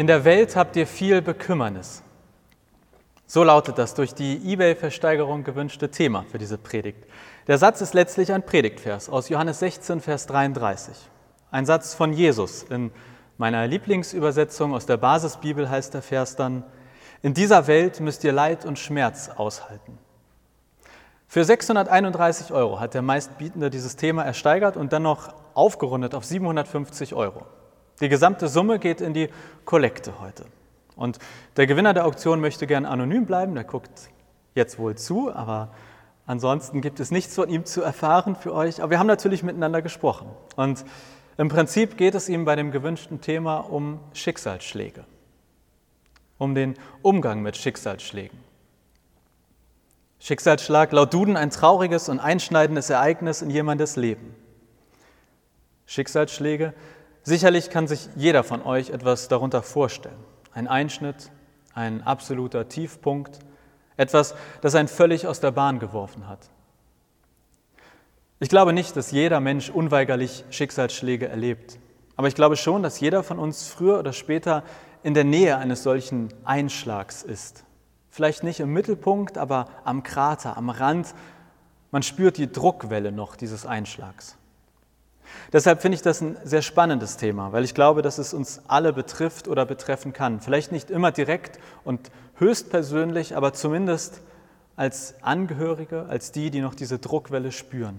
In der Welt habt ihr viel Bekümmernis. So lautet das durch die eBay-Versteigerung gewünschte Thema für diese Predigt. Der Satz ist letztlich ein Predigtvers aus Johannes 16, Vers 33. Ein Satz von Jesus. In meiner Lieblingsübersetzung aus der Basisbibel heißt der Vers dann: In dieser Welt müsst ihr Leid und Schmerz aushalten. Für 631 € hat der Meistbietende dieses Thema ersteigert und dann noch aufgerundet auf 750 €. Die gesamte Summe geht in die Kollekte heute. Und der Gewinner der Auktion möchte gern anonym bleiben, der guckt jetzt wohl zu, aber ansonsten gibt es nichts von ihm zu erfahren für euch. Aber wir haben natürlich miteinander gesprochen. Und im Prinzip geht es ihm bei dem gewünschten Thema um Schicksalsschläge, um den Umgang mit Schicksalsschlägen. Schicksalsschlag, laut Duden ein trauriges und einschneidendes Ereignis in jemandes Leben. Schicksalsschläge, sicherlich kann sich jeder von euch etwas darunter vorstellen. Ein Einschnitt, ein absoluter Tiefpunkt, etwas, das einen völlig aus der Bahn geworfen hat. Ich glaube nicht, dass jeder Mensch unweigerlich Schicksalsschläge erlebt. Aber ich glaube schon, dass jeder von uns früher oder später in der Nähe eines solchen Einschlags ist. Vielleicht nicht im Mittelpunkt, aber am Krater, am Rand. Man spürt die Druckwelle noch dieses Einschlags. Deshalb finde ich das ein sehr spannendes Thema, weil ich glaube, dass es uns alle betrifft oder betreffen kann. Vielleicht nicht immer direkt und höchstpersönlich, aber zumindest als Angehörige, als die noch diese Druckwelle spüren.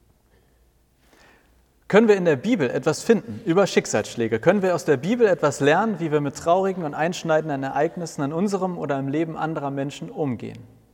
Können wir in der Bibel etwas finden über Schicksalsschläge? Können wir aus der Bibel etwas lernen, wie wir mit traurigen und einschneidenden Ereignissen in unserem oder im Leben anderer Menschen umgehen?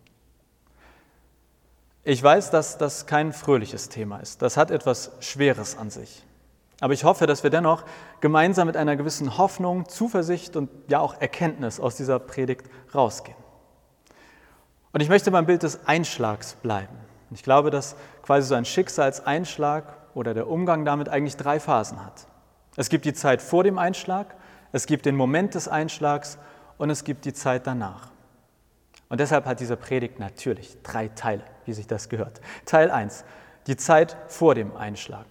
Ich weiß, dass das kein fröhliches Thema ist. Das hat etwas Schweres an sich. Aber ich hoffe, dass wir dennoch gemeinsam mit einer gewissen Hoffnung, Zuversicht und ja auch Erkenntnis aus dieser Predigt rausgehen. Und ich möchte beim Bild des Einschlags bleiben. Ich glaube, dass quasi so ein Schicksalseinschlag oder der Umgang damit eigentlich 3 Phasen hat. Es gibt die Zeit vor dem Einschlag, es gibt den Moment des Einschlags und es gibt die Zeit danach. Und deshalb hat diese Predigt natürlich 3 Teile, wie sich das gehört. Teil 1, die Zeit vor dem Einschlag.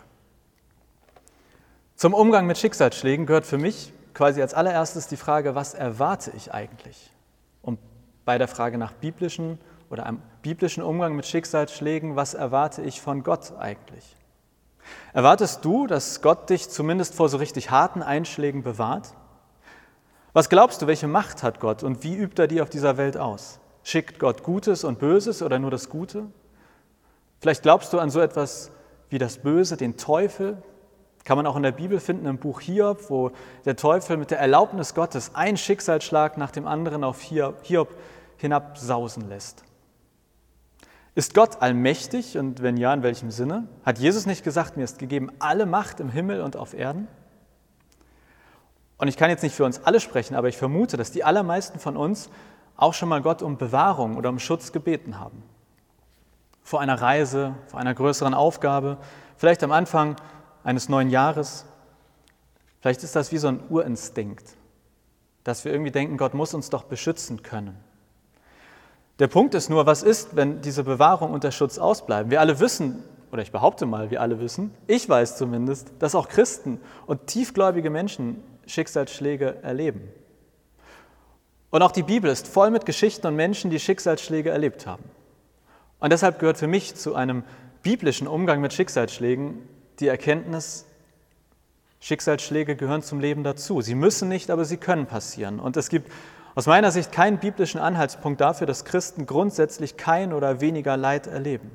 Zum Umgang mit Schicksalsschlägen gehört für mich quasi als allererstes die Frage, was erwarte ich eigentlich? Und bei der Frage nach biblischen oder einem biblischen Umgang mit Schicksalsschlägen, was erwarte ich von Gott eigentlich? Erwartest du, dass Gott dich zumindest vor so richtig harten Einschlägen bewahrt? Was glaubst du, welche Macht hat Gott und wie übt er die auf dieser Welt aus? Schickt Gott Gutes und Böses oder nur das Gute? Vielleicht glaubst du an so etwas wie das Böse, den Teufel. Kann man auch in der Bibel finden, im Buch Hiob, wo der Teufel mit der Erlaubnis Gottes einen Schicksalsschlag nach dem anderen auf Hiob hinabsausen lässt. Ist Gott allmächtig und wenn ja, in welchem Sinne? Hat Jesus nicht gesagt, mir ist gegeben alle Macht im Himmel und auf Erden? Und ich kann jetzt nicht für uns alle sprechen, aber ich vermute, dass die allermeisten von uns auch schon mal Gott um Bewahrung oder um Schutz gebeten haben. Vor einer Reise, vor einer größeren Aufgabe, vielleicht am Anfang eines neuen Jahres. Vielleicht ist das wie so ein Urinstinkt, dass wir irgendwie denken, Gott muss uns doch beschützen können. Der Punkt ist nur, was ist, wenn diese Bewahrung und der Schutz ausbleiben? Wir alle wissen, oder ich behaupte mal, wir alle wissen, ich weiß zumindest, dass auch Christen und tiefgläubige Menschen Schicksalsschläge erleben. Und auch die Bibel ist voll mit Geschichten und Menschen, die Schicksalsschläge erlebt haben. Und deshalb gehört für mich zu einem biblischen Umgang mit Schicksalsschlägen die Erkenntnis, Schicksalsschläge gehören zum Leben dazu. Sie müssen nicht, aber sie können passieren. Und es gibt aus meiner Sicht keinen biblischen Anhaltspunkt dafür, dass Christen grundsätzlich kein oder weniger Leid erleben.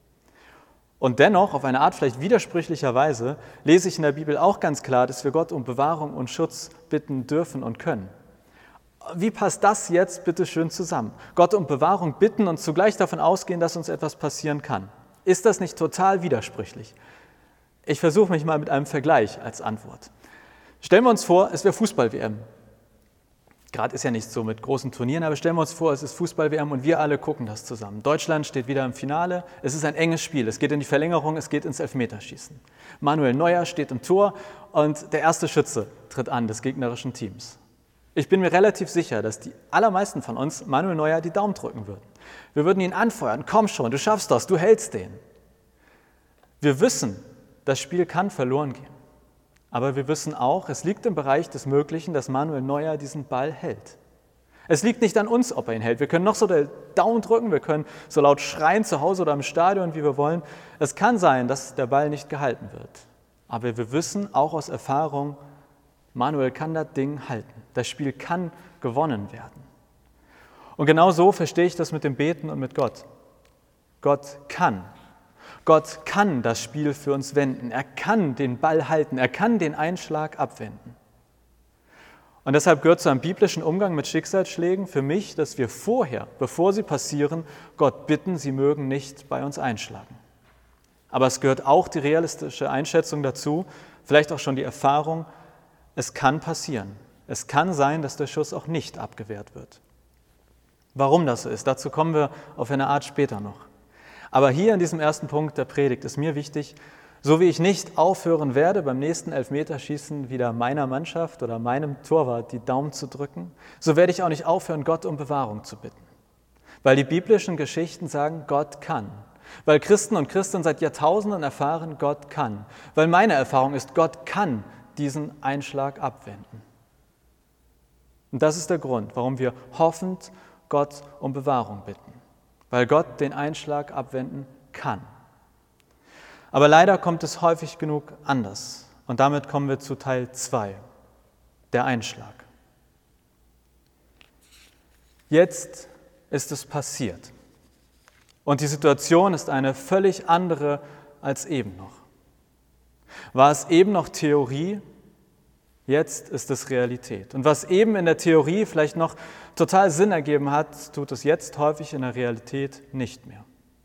Und dennoch, auf eine Art vielleicht widersprüchlicher Weise, lese ich in der Bibel auch ganz klar, dass wir Gott um Bewahrung und Schutz bitten dürfen und können. Wie passt das jetzt bitte schön zusammen? Gott um Bewahrung bitten und zugleich davon ausgehen, dass uns etwas passieren kann. Ist das nicht total widersprüchlich? Ich versuche mich mal mit einem Vergleich als Antwort. Stellen wir uns vor, es wäre Fußball-WM. Gerade ist ja nicht so mit großen Turnieren, aber stellen wir uns vor, es ist Fußball-WM und wir alle gucken das zusammen. Deutschland steht wieder im Finale, es ist ein enges Spiel, es geht in die Verlängerung, es geht ins Elfmeterschießen. Manuel Neuer steht im Tor und der erste Schütze tritt an des gegnerischen Teams. Ich bin mir relativ sicher, dass die allermeisten von uns Manuel Neuer die Daumen drücken würden. Wir würden ihn anfeuern, komm schon, du schaffst das, du hältst den. Wir wissen, das Spiel kann verloren gehen. Aber wir wissen auch, es liegt im Bereich des Möglichen, dass Manuel Neuer diesen Ball hält. Es liegt nicht an uns, ob er ihn hält. Wir können noch so den Daumen drücken, wir können so laut schreien zu Hause oder im Stadion, wie wir wollen. Es kann sein, dass der Ball nicht gehalten wird. Aber wir wissen auch aus Erfahrung, Manuel kann das Ding halten. Das Spiel kann gewonnen werden. Und genau so verstehe ich das mit dem Beten und mit Gott. Gott kann. Gott kann das Spiel für uns wenden. Er kann den Ball halten. Er kann den Einschlag abwenden. Und deshalb gehört zu einem biblischen Umgang mit Schicksalsschlägen für mich, dass wir vorher, bevor sie passieren, Gott bitten, sie mögen nicht bei uns einschlagen. Aber es gehört auch die realistische Einschätzung dazu, vielleicht auch schon die Erfahrung, es kann passieren. Es kann sein, dass der Schuss auch nicht abgewehrt wird. Warum das so ist, dazu kommen wir auf eine Art später noch. Aber hier in diesem ersten Punkt der Predigt ist mir wichtig, so wie ich nicht aufhören werde, beim nächsten Elfmeterschießen wieder meiner Mannschaft oder meinem Torwart die Daumen zu drücken, so werde ich auch nicht aufhören, Gott um Bewahrung zu bitten. Weil die biblischen Geschichten sagen, Gott kann. Weil Christen und Christinnen seit Jahrtausenden erfahren, Gott kann. Weil meine Erfahrung ist, Gott kann diesen Einschlag abwenden. Und das ist der Grund, warum wir hoffend Gott um Bewahrung bitten. Weil Gott den Einschlag abwenden kann. Aber leider kommt es häufig genug anders. Und damit kommen wir zu Teil 2, der Einschlag. Jetzt ist es passiert. Und die Situation ist eine völlig andere als eben noch. War es eben noch Theorie? Jetzt ist es Realität. Und was eben in der Theorie vielleicht noch total Sinn ergeben hat, tut es jetzt häufig in der Realität nicht mehr.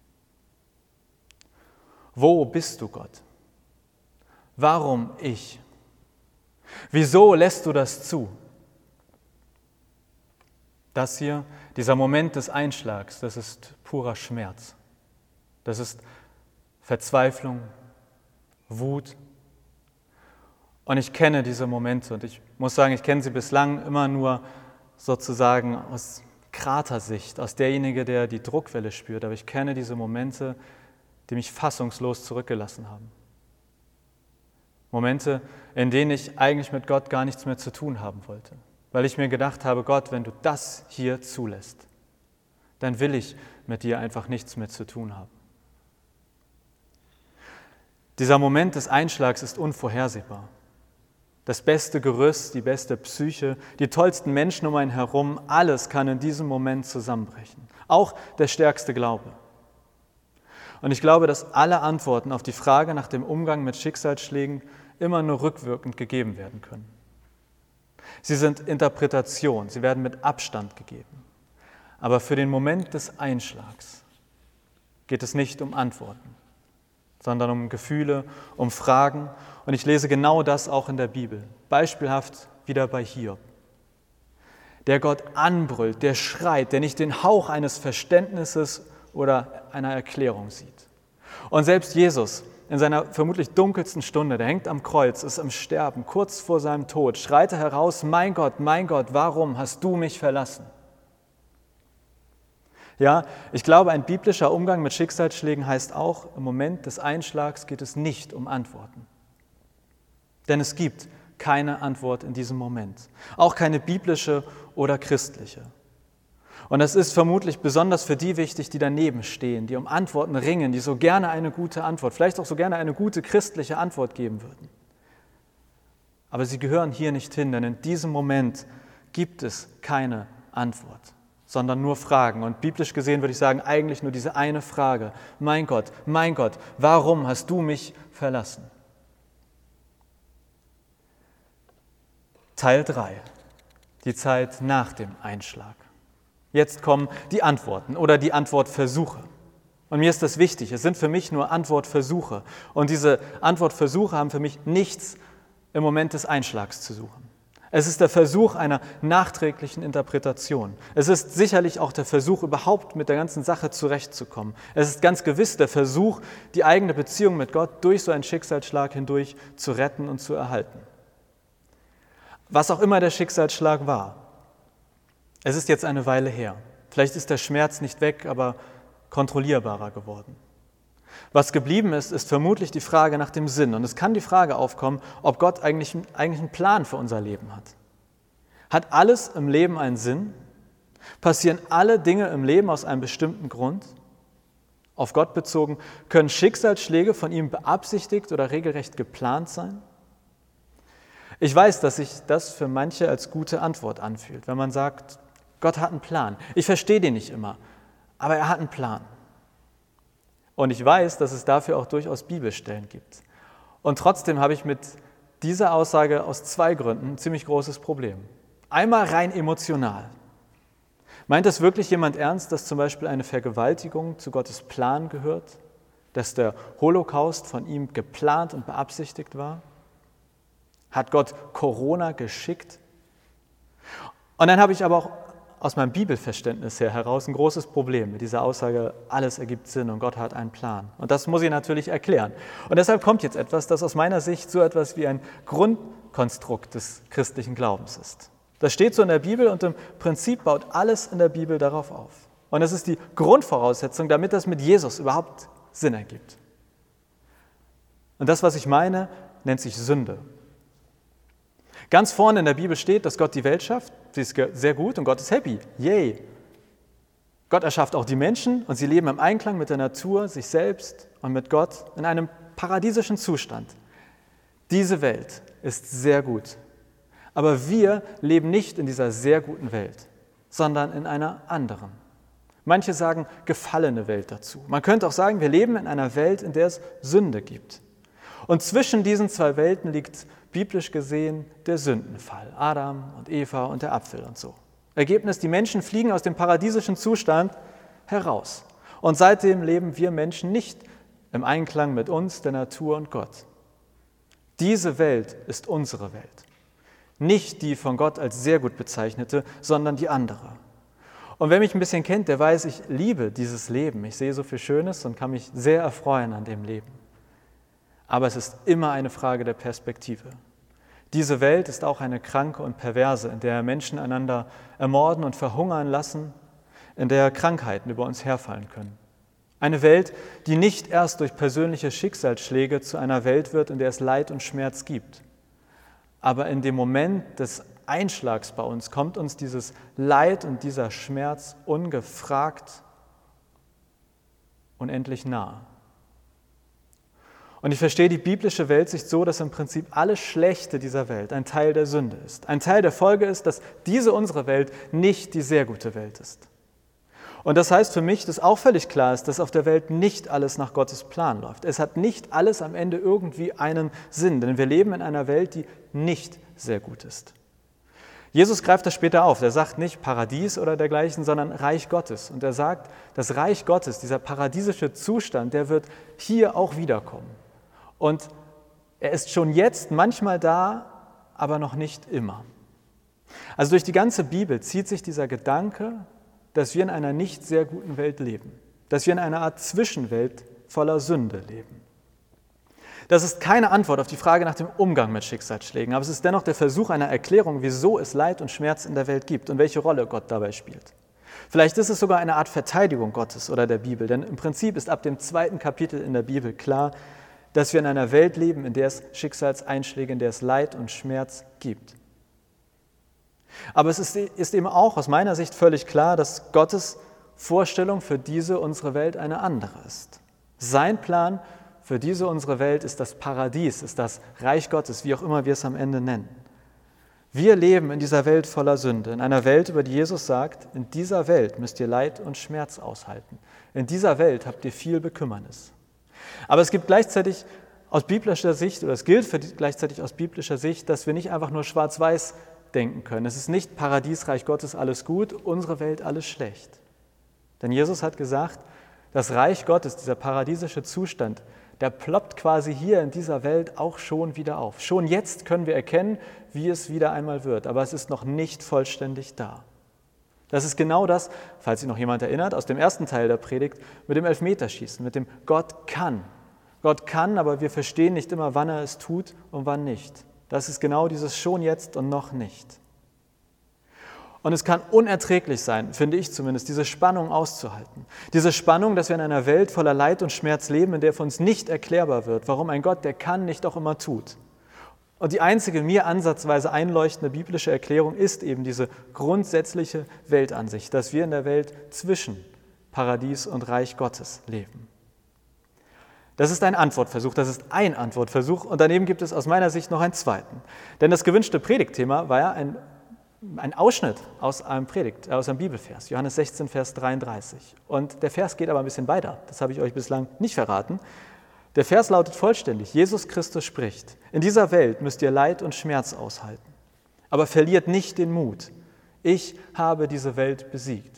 Wo bist du, Gott? Warum ich? Wieso lässt du das zu? Das hier, dieser Moment des Einschlags, das ist purer Schmerz. Das ist Verzweiflung, Wut. Und ich kenne diese Momente und ich muss sagen, ich kenne sie bislang immer nur sozusagen aus Kratersicht, aus derjenige, der die Druckwelle spürt. Aber ich kenne diese Momente, die mich fassungslos zurückgelassen haben. Momente, in denen ich eigentlich mit Gott gar nichts mehr zu tun haben wollte. Weil ich mir gedacht habe, Gott, wenn du das hier zulässt, dann will ich mit dir einfach nichts mehr zu tun haben. Dieser Moment des Einschlags ist unvorhersehbar. Das beste Gerüst, die beste Psyche, die tollsten Menschen um einen herum, alles kann in diesem Moment zusammenbrechen. Auch der stärkste Glaube. Und ich glaube, dass alle Antworten auf die Frage nach dem Umgang mit Schicksalsschlägen immer nur rückwirkend gegeben werden können. Sie sind Interpretation, sie werden mit Abstand gegeben. Aber für den Moment des Einschlags geht es nicht um Antworten, sondern um Gefühle, um Fragen. Und ich lese genau das auch in der Bibel, beispielhaft wieder bei Hiob. Der Gott anbrüllt, der schreit, der nicht den Hauch eines Verständnisses oder einer Erklärung sieht. Und selbst Jesus in seiner vermutlich dunkelsten Stunde, der hängt am Kreuz, ist am Sterben, kurz vor seinem Tod, schreit er heraus, mein Gott, warum hast du mich verlassen? Ja, ich glaube, ein biblischer Umgang mit Schicksalsschlägen heißt auch, im Moment des Einschlags geht es nicht um Antworten. Denn es gibt keine Antwort in diesem Moment, auch keine biblische oder christliche. Und das ist vermutlich besonders für die wichtig, die daneben stehen, die um Antworten ringen, die so gerne eine gute Antwort, vielleicht auch so gerne eine gute christliche Antwort geben würden. Aber sie gehören hier nicht hin, denn in diesem Moment gibt es keine Antwort, sondern nur Fragen. Und biblisch gesehen würde ich sagen, eigentlich nur diese eine Frage. Mein Gott, warum hast du mich verlassen? Teil 3, die Zeit nach dem Einschlag. Jetzt kommen die Antworten oder die Antwortversuche. Und mir ist das wichtig, es sind für mich nur Antwortversuche. Und diese Antwortversuche haben für mich nichts im Moment des Einschlags zu suchen. Es ist der Versuch einer nachträglichen Interpretation. Es ist sicherlich auch der Versuch, überhaupt mit der ganzen Sache zurechtzukommen. Es ist ganz gewiss der Versuch, die eigene Beziehung mit Gott durch so einen Schicksalsschlag hindurch zu retten und zu erhalten. Was auch immer der Schicksalsschlag war, es ist jetzt eine Weile her. Vielleicht ist der Schmerz nicht weg, aber kontrollierbarer geworden. Was geblieben ist, ist vermutlich die Frage nach dem Sinn. Und es kann die Frage aufkommen, ob Gott eigentlich einen Plan für unser Leben hat. Hat alles im Leben einen Sinn? Passieren alle Dinge im Leben aus einem bestimmten Grund? Auf Gott bezogen, können Schicksalsschläge von ihm beabsichtigt oder regelrecht geplant sein? Ich weiß, dass sich das für manche als gute Antwort anfühlt, wenn man sagt, Gott hat einen Plan. Ich verstehe den nicht immer, aber er hat einen Plan. Und ich weiß, dass es dafür auch durchaus Bibelstellen gibt. Und trotzdem habe ich mit dieser Aussage aus 2 Gründen ein ziemlich großes Problem. Einmal rein emotional. Meint es wirklich jemand ernst, dass zum Beispiel eine Vergewaltigung zu Gottes Plan gehört? Dass der Holocaust von ihm geplant und beabsichtigt war? Hat Gott Corona geschickt? Und dann habe ich aber auch aus meinem Bibelverständnis her heraus ein großes Problem mit dieser Aussage, alles ergibt Sinn und Gott hat einen Plan. Und das muss ich natürlich erklären. Und deshalb kommt jetzt etwas, das aus meiner Sicht so etwas wie ein Grundkonstrukt des christlichen Glaubens ist. Das steht so in der Bibel und im Prinzip baut alles in der Bibel darauf auf. Und es ist die Grundvoraussetzung, damit das mit Jesus überhaupt Sinn ergibt. Und das, was ich meine, nennt sich Sünde. Ganz vorne in der Bibel steht, dass Gott die Welt schafft. Sie ist sehr gut und Gott ist happy. Yay! Gott erschafft auch die Menschen und sie leben im Einklang mit der Natur, sich selbst und mit Gott in einem paradiesischen Zustand. Diese Welt ist sehr gut. Aber wir leben nicht in dieser sehr guten Welt, sondern in einer anderen. Manche sagen gefallene Welt dazu. Man könnte auch sagen, wir leben in einer Welt, in der es Sünde gibt. Und zwischen diesen 2 Welten liegt biblisch gesehen der Sündenfall. Adam und Eva und der Apfel und so. Ergebnis, die Menschen fliegen aus dem paradiesischen Zustand heraus. Und seitdem leben wir Menschen nicht im Einklang mit uns, der Natur und Gott. Diese Welt ist unsere Welt. Nicht die von Gott als sehr gut bezeichnete, sondern die andere. Und wer mich ein bisschen kennt, der weiß, ich liebe dieses Leben. Ich sehe so viel Schönes und kann mich sehr erfreuen an dem Leben. Aber es ist immer eine Frage der Perspektive. Diese Welt ist auch eine kranke und perverse, in der Menschen einander ermorden und verhungern lassen, in der Krankheiten über uns herfallen können. Eine Welt, die nicht erst durch persönliche Schicksalsschläge zu einer Welt wird, in der es Leid und Schmerz gibt. Aber in dem Moment des Einschlags bei uns kommt uns dieses Leid und dieser Schmerz ungefragt unendlich nahe. Und ich verstehe die biblische Weltsicht so, dass im Prinzip alles Schlechte dieser Welt ein Teil der Sünde ist. Ein Teil der Folge ist, dass diese unsere Welt nicht die sehr gute Welt ist. Und das heißt für mich, dass auch völlig klar ist, dass auf der Welt nicht alles nach Gottes Plan läuft. Es hat nicht alles am Ende irgendwie einen Sinn, denn wir leben in einer Welt, die nicht sehr gut ist. Jesus greift das später auf. Er sagt nicht Paradies oder dergleichen, sondern Reich Gottes. Und er sagt, das Reich Gottes, dieser paradiesische Zustand, der wird hier auch wiederkommen. Und er ist schon jetzt manchmal da, aber noch nicht immer. Also durch die ganze Bibel zieht sich dieser Gedanke, dass wir in einer nicht sehr guten Welt leben, dass wir in einer Art Zwischenwelt voller Sünde leben. Das ist keine Antwort auf die Frage nach dem Umgang mit Schicksalsschlägen, aber es ist dennoch der Versuch einer Erklärung, wieso es Leid und Schmerz in der Welt gibt und welche Rolle Gott dabei spielt. Vielleicht ist es sogar eine Art Verteidigung Gottes oder der Bibel, denn im Prinzip ist ab dem 2. Kapitel in der Bibel klar, dass wir in einer Welt leben, in der es Schicksalseinschläge, in der es Leid und Schmerz gibt. Aber es ist eben auch aus meiner Sicht völlig klar, dass Gottes Vorstellung für diese unsere Welt eine andere ist. Sein Plan für diese unsere Welt ist das Paradies, ist das Reich Gottes, wie auch immer wir es am Ende nennen. Wir leben in dieser Welt voller Sünde, in einer Welt, über die Jesus sagt, in dieser Welt müsst ihr Leid und Schmerz aushalten. In dieser Welt habt ihr viel Bekümmernis. Aber es gibt gleichzeitig aus biblischer Sicht, oder es gilt gleichzeitig aus biblischer Sicht, dass wir nicht einfach nur schwarz-weiß denken können. Es ist nicht Paradies, Reich Gottes, alles gut, unsere Welt, alles schlecht. Denn Jesus hat gesagt, das Reich Gottes, dieser paradiesische Zustand, der ploppt quasi hier in dieser Welt auch schon wieder auf. Schon jetzt können wir erkennen, wie es wieder einmal wird, aber es ist noch nicht vollständig da. Das ist genau das, falls sich noch jemand erinnert, aus dem ersten Teil der Predigt mit dem Elfmeterschießen, mit dem Gott kann. Gott kann, aber wir verstehen nicht immer, wann er es tut und wann nicht. Das ist genau dieses schon jetzt und noch nicht. Und es kann unerträglich sein, finde ich zumindest, diese Spannung auszuhalten. Diese Spannung, dass wir in einer Welt voller Leid und Schmerz leben, in der für uns nicht erklärbar wird, warum ein Gott, der kann, nicht auch immer tut. Und die einzige mir ansatzweise einleuchtende biblische Erklärung ist eben diese grundsätzliche Weltansicht, dass wir in der Welt zwischen Paradies und Reich Gottes leben. Das ist ein Antwortversuch, und daneben gibt es aus meiner Sicht noch einen zweiten. Denn das gewünschte Predigtthema war ja ein Ausschnitt aus einem Bibelvers, Johannes 16, Vers 33. Und der Vers geht aber ein bisschen weiter, das habe ich euch bislang nicht verraten. Der Vers lautet vollständig: Jesus Christus spricht: In dieser Welt müsst ihr Leid und Schmerz aushalten, aber verliert nicht den Mut. Ich habe diese Welt besiegt.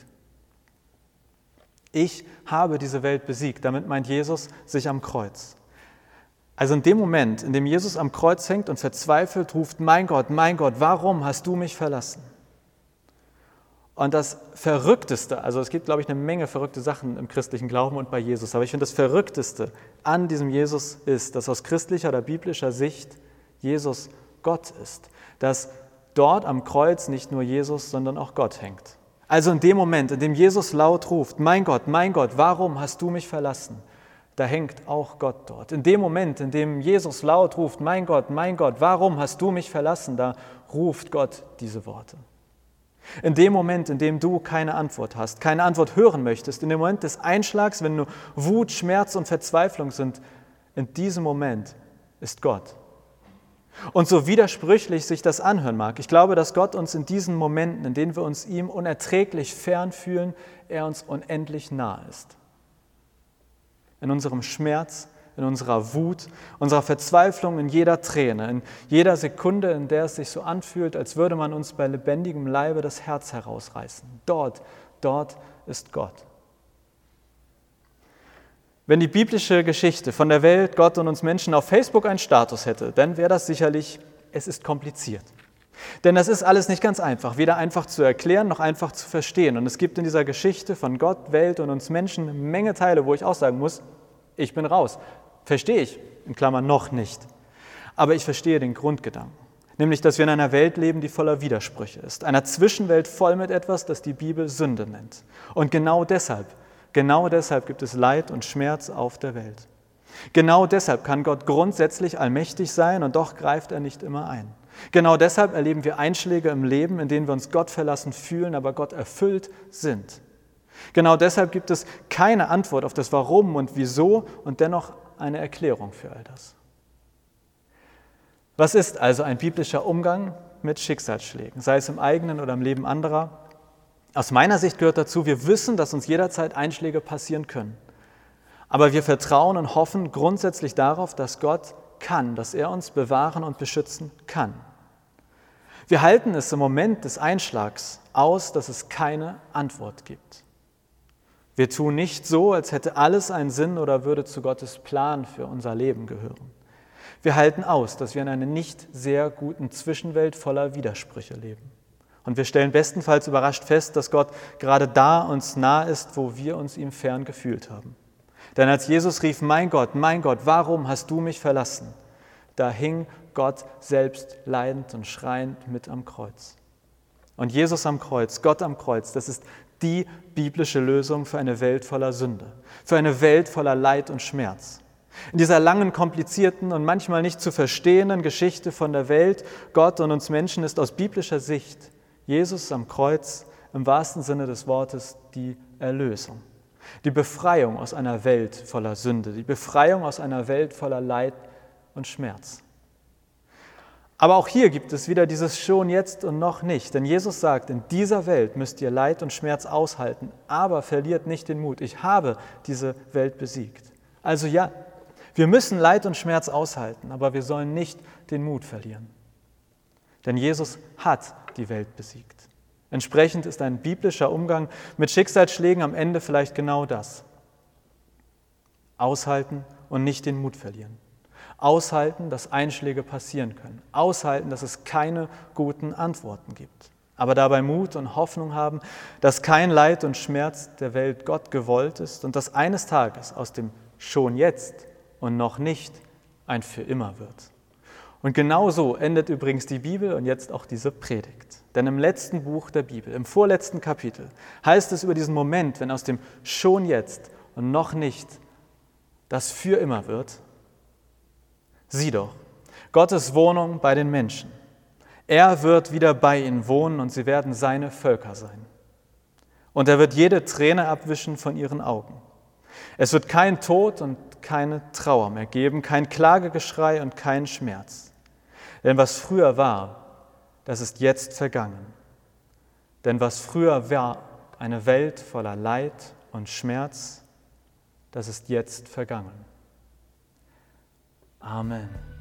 Ich habe diese Welt besiegt. Damit meint Jesus sich am Kreuz. Also in dem Moment, in dem Jesus am Kreuz hängt und verzweifelt ruft: Mein Gott, warum hast du mich verlassen? Und das Verrückteste, also es gibt, glaube ich, eine Menge verrückte Sachen im christlichen Glauben und bei Jesus, aber ich finde, das Verrückteste an diesem Jesus ist, dass aus christlicher oder biblischer Sicht Jesus Gott ist. Dass dort am Kreuz nicht nur Jesus, sondern auch Gott hängt. Also in dem Moment, in dem Jesus laut ruft: Mein Gott, warum hast du mich verlassen? Da hängt auch Gott dort. In dem Moment, in dem Jesus laut ruft: Mein Gott, warum hast du mich verlassen? Da ruft Gott diese Worte. In dem Moment, in dem du keine Antwort hast, keine Antwort hören möchtest, in dem Moment des Einschlags, wenn nur Wut, Schmerz und Verzweiflung sind, in diesem Moment ist Gott. Und so widersprüchlich sich das anhören mag, ich glaube, dass Gott uns in diesen Momenten, in denen wir uns ihm unerträglich fern fühlen, er uns unendlich nah ist. In unserem Schmerz, in unserer Wut, unserer Verzweiflung, in jeder Träne, in jeder Sekunde, in der es sich so anfühlt, als würde man uns bei lebendigem Leibe das Herz herausreißen. Dort ist Gott. Wenn die biblische Geschichte von der Welt, Gott und uns Menschen auf Facebook einen Status hätte, dann wäre das sicherlich: Es ist kompliziert. Denn das ist alles nicht ganz einfach, weder einfach zu erklären noch einfach zu verstehen. Und es gibt in dieser Geschichte von Gott, Welt und uns Menschen eine Menge Teile, wo ich auch sagen muss: Ich bin raus. Verstehe ich, in Klammern noch nicht. Aber ich verstehe den Grundgedanken. Nämlich, dass wir in einer Welt leben, die voller Widersprüche ist. Einer Zwischenwelt voll mit etwas, das die Bibel Sünde nennt. Und genau deshalb gibt es Leid und Schmerz auf der Welt. Genau deshalb kann Gott grundsätzlich allmächtig sein und doch greift er nicht immer ein. Genau deshalb erleben wir Einschläge im Leben, in denen wir uns Gott verlassen fühlen, aber Gott erfüllt sind. Genau deshalb gibt es keine Antwort auf das Warum und Wieso und dennoch eine Erklärung für all das. Was ist also ein biblischer Umgang mit Schicksalsschlägen, sei es im eigenen oder im Leben anderer? Aus meiner Sicht gehört dazu: Wir wissen, dass uns jederzeit Einschläge passieren können. Aber wir vertrauen und hoffen grundsätzlich darauf, dass Gott kann, dass er uns bewahren und beschützen kann. Wir halten es im Moment des Einschlags aus, dass es keine Antwort gibt. Wir tun nicht so, als hätte alles einen Sinn oder würde zu Gottes Plan für unser Leben gehören. Wir halten aus, dass wir in einer nicht sehr guten Zwischenwelt voller Widersprüche leben. Und wir stellen bestenfalls überrascht fest, dass Gott gerade da uns nah ist, wo wir uns ihm fern gefühlt haben. Denn als Jesus rief: Mein Gott, warum hast du mich verlassen? Da hing Gott selbst leidend und schreiend mit am Kreuz. Und Jesus am Kreuz, Gott am Kreuz, das ist die biblische Lösung für eine Welt voller Sünde, für eine Welt voller Leid und Schmerz. In dieser langen, komplizierten und manchmal nicht zu verstehenden Geschichte von der Welt, Gott und uns Menschen ist aus biblischer Sicht Jesus am Kreuz im wahrsten Sinne des Wortes die Erlösung. Die Befreiung aus einer Welt voller Sünde, die Befreiung aus einer Welt voller Leid und Schmerz. Aber auch hier gibt es wieder dieses schon, jetzt und noch nicht. Denn Jesus sagt: In dieser Welt müsst ihr Leid und Schmerz aushalten, aber verliert nicht den Mut. Ich habe diese Welt besiegt. Also ja, wir müssen Leid und Schmerz aushalten, aber wir sollen nicht den Mut verlieren. Denn Jesus hat die Welt besiegt. Entsprechend ist ein biblischer Umgang mit Schicksalsschlägen am Ende vielleicht genau das. Aushalten und nicht den Mut verlieren. Aushalten, dass Einschläge passieren können. Aushalten, dass es keine guten Antworten gibt. Aber dabei Mut und Hoffnung haben, dass kein Leid und Schmerz der Welt Gott gewollt ist und dass eines Tages aus dem schon jetzt und noch nicht ein für immer wird. Und genau so endet übrigens die Bibel und jetzt auch diese Predigt. Denn im letzten Buch der Bibel, im vorletzten Kapitel, heißt es über diesen Moment, wenn aus dem schon jetzt und noch nicht das für immer wird: Sieh doch, Gottes Wohnung bei den Menschen. Er wird wieder bei ihnen wohnen und sie werden seine Völker sein. Und er wird jede Träne abwischen von ihren Augen. Es wird kein Tod und keine Trauer mehr geben, kein Klagegeschrei und kein Schmerz. Denn was früher war, das ist jetzt vergangen. Denn was früher war, eine Welt voller Leid und Schmerz, das ist jetzt vergangen. Amen.